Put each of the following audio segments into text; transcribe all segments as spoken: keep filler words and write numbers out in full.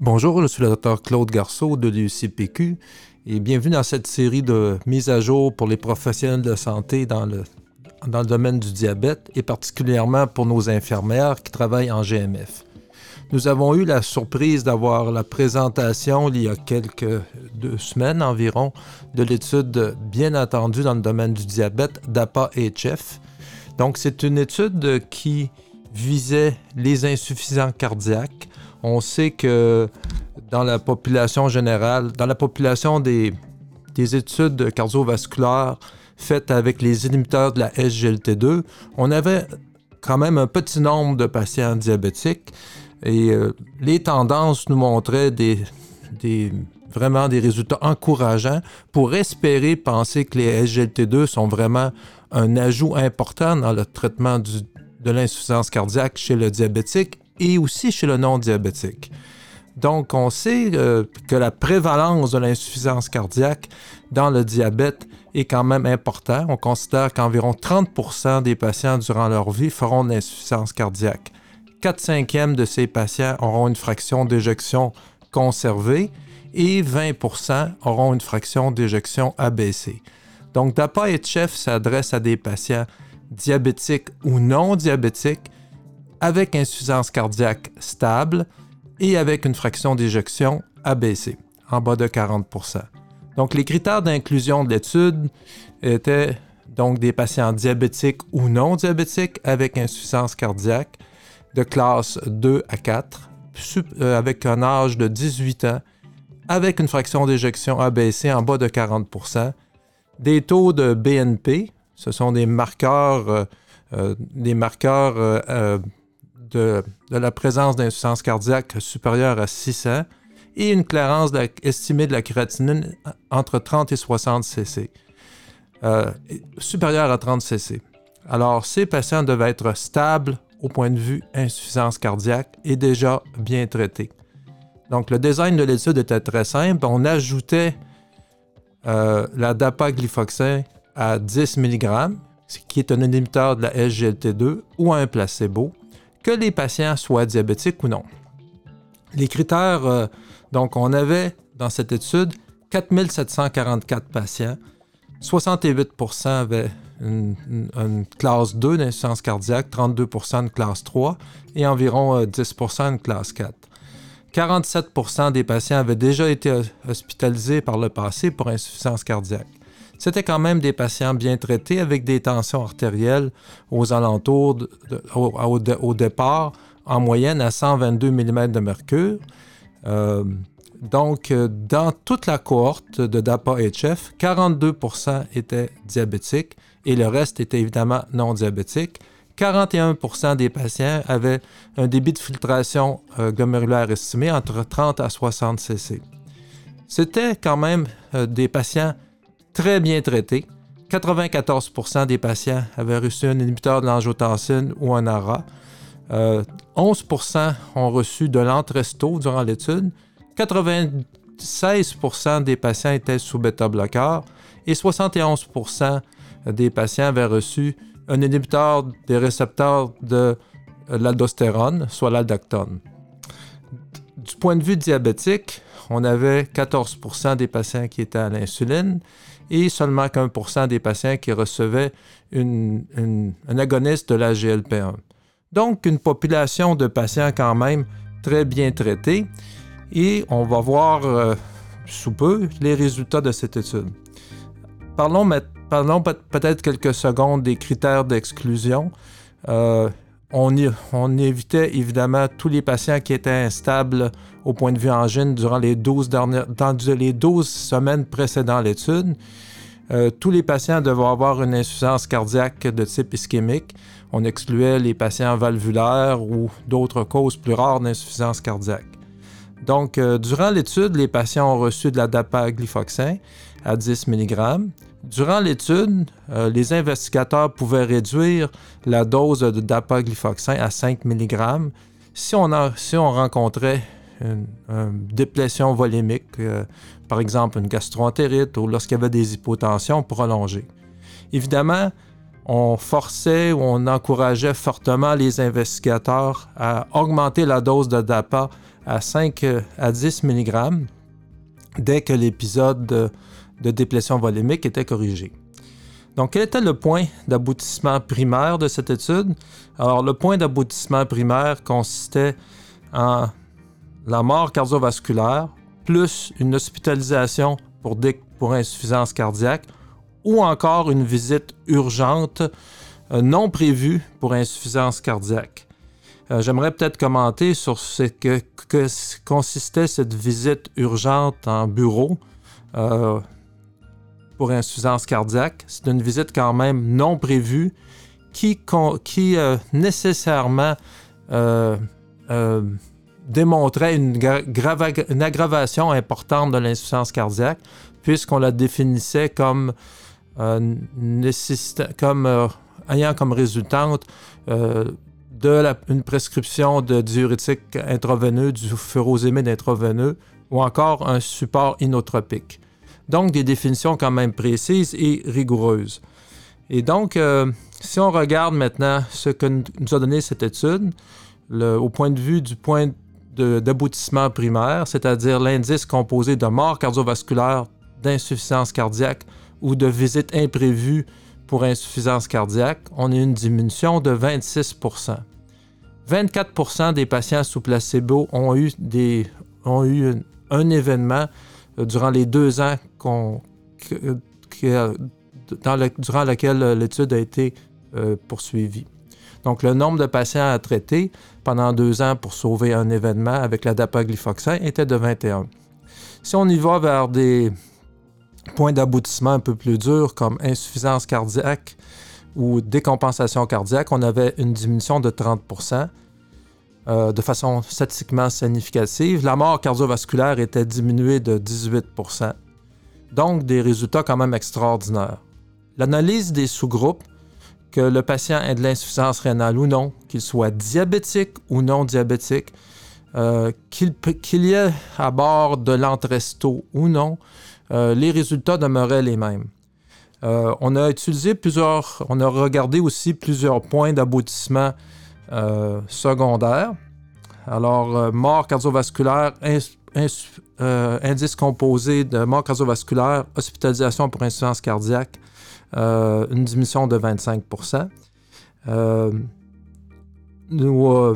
Bonjour, je suis le docteur Claude Garceau de l'U C P Q et bienvenue dans cette série de mises à jour pour les professionnels de santé dans le, dans le domaine du diabète et particulièrement pour nos infirmières qui travaillent en G M F. Nous avons eu la surprise d'avoir la présentation il y a quelques deux semaines environ de l'étude bien attendue dans le domaine du diabète d'A P A H F. Donc c'est une étude qui visait les insuffisants cardiaques. On sait que dans la population générale, dans la population des, des études cardiovasculaires faites avec les inhibiteurs de la S G L T deux, on avait quand même un petit nombre de patients diabétiques et euh, les tendances nous montraient des, des, vraiment des résultats encourageants pour espérer penser que les S G L T deux sont vraiment un ajout important dans le traitement du, de l'insuffisance cardiaque chez le diabétique et aussi chez le non-diabétique. Donc, on sait euh, que la prévalence de l'insuffisance cardiaque dans le diabète est quand même importante. On considère qu'environ trente pour cent des patients durant leur vie feront de l'insuffisance cardiaque. quatre cinquièmes de ces patients auront une fraction d'éjection conservée et vingt pour cent auront une fraction d'éjection abaissée. Donc, d'A P A H F s'adresse à des patients diabétiques ou non diabétiques avec insuffisance cardiaque stable et avec une fraction d'éjection abaissée, en bas de quarante pour cent. Donc, les critères d'inclusion de l'étude étaient donc des patients diabétiques ou non diabétiques avec insuffisance cardiaque de classe deux à quatre, avec un âge de dix-huit ans, avec une fraction d'éjection abaissée en bas de quarante pour cent, des taux de B N P, ce sont des marqueurs, euh, euh, des marqueurs euh, euh, De, de la présence d'insuffisance cardiaque supérieure à six cents et une clairance de la, estimée de la créatinine entre trente et soixante cc, euh, supérieure à trente cc. Alors, ces patients devaient être stables au point de vue insuffisance cardiaque et déjà bien traités. Donc, le design de l'étude était très simple. On ajoutait euh, la dapagliflozin à dix milligrammes, qui est un inhibiteur de la S G L T deux, ou à un placebo, que les patients soient diabétiques ou non. Les critères, euh, donc on avait dans cette étude quatre mille sept cent quarante-quatre patients, soixante-huit pour cent avaient une, une, une classe deux d'insuffisance cardiaque, trente-deux pour cent une classe trois et environ euh, dix pour cent une classe quatre. quarante-sept pour cent des patients avaient déjà été hospitalisés par le passé pour insuffisance cardiaque. C'était quand même des patients bien traités avec des tensions artérielles aux alentours, de, de, au, au, au départ, en moyenne à cent vingt-deux millimètres de mercure. Euh, donc, dans toute la cohorte de d'A P A H F, quarante-deux pour cent étaient diabétiques et le reste était évidemment non diabétique. quarante et un pour cent des patients avaient un débit de filtration euh, glomérulaire estimé entre trente à soixante cc. C'était quand même euh, des patients très bien traités. quatre-vingt-quatorze pour cent des patients avaient reçu un inhibiteur de l'angiotensine ou un A R A. Euh, onze pour cent ont reçu de l'Entresto durant l'étude. quatre-vingt-seize pour cent des patients étaient sous bêta-bloqueur et soixante et onze pour cent des patients avaient reçu un inhibiteur des récepteurs de l'aldostérone, soit l'aldactone. Du point de vue diabétique, on avait quatorze pour cent des patients qui étaient à l'insuline et seulement qu'un pour cent des patients qui recevaient une, une, un agoniste de la G L P un. Donc, une population de patients quand même très bien traités et on va voir euh, sous peu les résultats de cette étude. Parlons, parlons peut-être quelques secondes des critères d'exclusion. Euh, On, y, on évitait évidemment tous les patients qui étaient instables au point de vue angine durant les douze, dernières, dans les douze semaines précédant l'étude. Euh, tous les patients devaient avoir une insuffisance cardiaque de type ischémique. On excluait les patients valvulaires ou d'autres causes plus rares d'insuffisance cardiaque. Donc, euh, durant l'étude, les patients ont reçu de la dapagliflozin à dix milligrammes. Durant l'étude, euh, les investigateurs pouvaient réduire la dose de dapagliflozin à cinq milligrammes si on, a, si on rencontrait une, une déplétion volémique, euh, par exemple une gastroentérite ou lorsqu'il y avait des hypotensions prolongées. Évidemment, on forçait ou on encourageait fortement les investigateurs à augmenter la dose de D A P A à cinq à dix milligrammes dès que l'épisode de, de déplétion volumique était corrigé. Donc, quel était le point d'aboutissement primaire de cette étude? Alors, le point d'aboutissement primaire consistait en la mort cardiovasculaire plus une hospitalisation pour, dé- pour insuffisance cardiaque ou encore une visite urgente euh, non prévue pour insuffisance cardiaque. Euh, j'aimerais peut-être commenter sur ce que, que consistait cette visite urgente en bureau euh, pour insuffisance cardiaque. C'est une visite quand même non prévue qui, qui euh, nécessairement euh, euh, démontrait une, grava- une aggravation importante de l'insuffisance cardiaque puisqu'on la définissait comme, euh, nécessita- comme euh, ayant comme résultante euh, de la, une prescription de diurétique intraveineux, du furosémide intraveineux ou encore un support inotropique. Donc, des définitions quand même précises et rigoureuses. Et donc, euh, si on regarde maintenant ce que nous a donné cette étude, le, au point de vue du point de, d'aboutissement primaire, c'est-à-dire l'indice composé de mort cardiovasculaire, d'insuffisance cardiaque ou de visite imprévue pour insuffisance cardiaque, on a une diminution de vingt-six pour cent. vingt-quatre pour cent des patients sous placebo ont eu, des, ont eu un, un événement euh, durant les deux ans qu'on, que, que, dans le, durant lequel l'étude a été euh, poursuivie. Donc, le nombre de patients à traiter pendant deux ans pour sauver un événement avec la dapagliflozin était de vingt et un. Si on y va vers des points d'aboutissement un peu plus durs comme insuffisance cardiaque ou décompensation cardiaque, on avait une diminution de trente pour cent euh, de façon statistiquement significative. La mort cardiovasculaire était diminuée de dix-huit pour cent. Donc, des résultats quand même extraordinaires. L'analyse des sous-groupes, que le patient ait de l'insuffisance rénale ou non, qu'il soit diabétique ou non diabétique, euh, qu'il, qu'il y ait à bord de l'Entresto ou non, euh, les résultats demeuraient les mêmes. Euh, on a utilisé plusieurs, on a regardé aussi plusieurs points d'aboutissement euh, secondaires. Alors, euh, mort cardiovasculaire, ins, ins, euh, indice composé de mort cardiovasculaire, hospitalisation pour insuffisance cardiaque, euh, une diminution de vingt-cinq pour cent. Euh, nous, euh,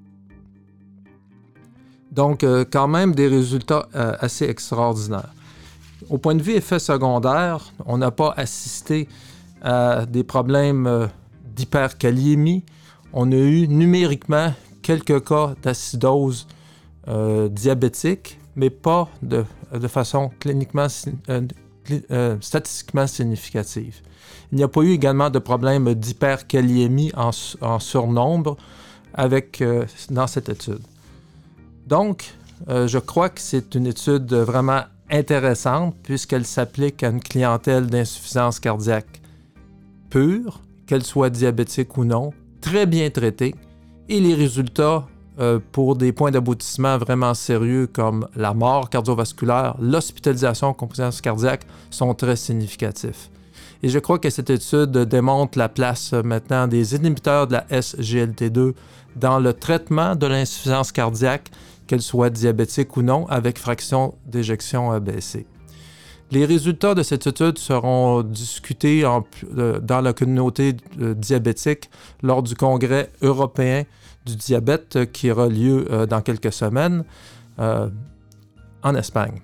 donc, euh, quand même des résultats euh, assez extraordinaires. Au point de vue effets secondaires, on n'a pas assisté à des problèmes euh, d'hyperkaliémie. On a eu numériquement quelques cas d'acidose euh, diabétique, mais pas de, de façon cliniquement, euh, euh, statistiquement significative. Il n'y a pas eu également de problème d'hyperkaliémie en, en surnombre avec, euh, dans cette étude. Donc, euh, je crois que c'est une étude vraiment intéressante puisqu'elle s'applique à une clientèle d'insuffisance cardiaque pure, qu'elle soit diabétique ou non, très bien traitée, et les résultats euh, pour des points d'aboutissement vraiment sérieux comme la mort cardiovasculaire, l'hospitalisation pour insuffisance cardiaque sont très significatifs. Et je crois que cette étude démontre la place euh, maintenant des inhibiteurs de la S G L T deux dans le traitement de l'insuffisance cardiaque, qu'elle soit diabétique ou non, avec fraction d'éjection abaissée. Les résultats de cette étude seront discutés en, euh, dans la communauté euh, diabétique lors du Congrès européen du diabète euh, qui aura lieu euh, dans quelques semaines euh, en Espagne.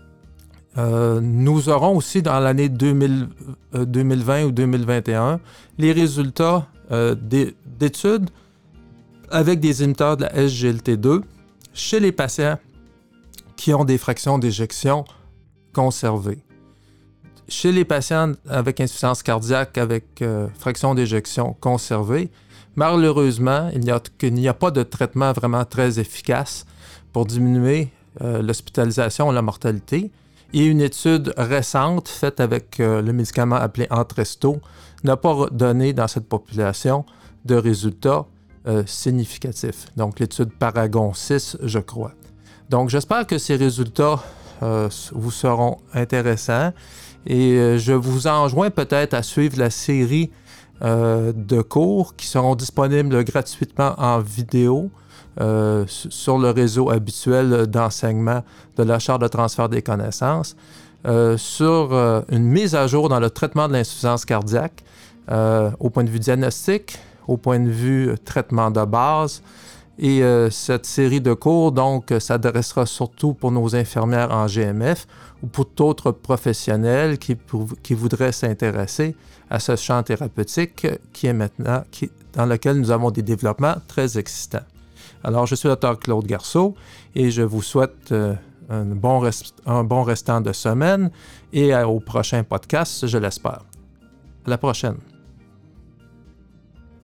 Euh, nous aurons aussi dans l'année deux mille, euh, deux mille vingt ou deux mille vingt et un les résultats euh, d'études avec des inhibiteurs de la S G L T deux chez les patients qui ont des fractions d'éjection conservées. Chez les patients avec insuffisance cardiaque avec euh, fraction d'éjection conservée, malheureusement, il n'y, a, il n'y a pas de traitement vraiment très efficace pour diminuer euh, l'hospitalisation ou la mortalité. Et une étude récente faite avec euh, le médicament appelé Entresto n'a pas donné dans cette population de résultats euh, significatifs. Donc l'étude Paragon six, je crois. Donc j'espère que ces résultats euh, vous seront intéressants et euh, je vous enjoins peut-être à suivre la série euh, de cours qui seront disponibles gratuitement en vidéo euh, sur le réseau habituel d'enseignement de la Charte de transfert des connaissances, euh, sur euh, une mise à jour dans le traitement de l'insuffisance cardiaque, euh, au point de vue diagnostic, au point de vue traitement de base. Et euh, cette série de cours, donc, s'adressera surtout pour nos infirmières en G M F ou pour d'autres professionnels qui, pour, qui voudraient s'intéresser à ce champ thérapeutique qui est maintenant, qui, dans lequel nous avons des développements très excitants. Alors, je suis le docteur Claude Garceau et je vous souhaite euh, un, bon rest, un bon restant de semaine et à, au prochain podcast, je l'espère. À la prochaine.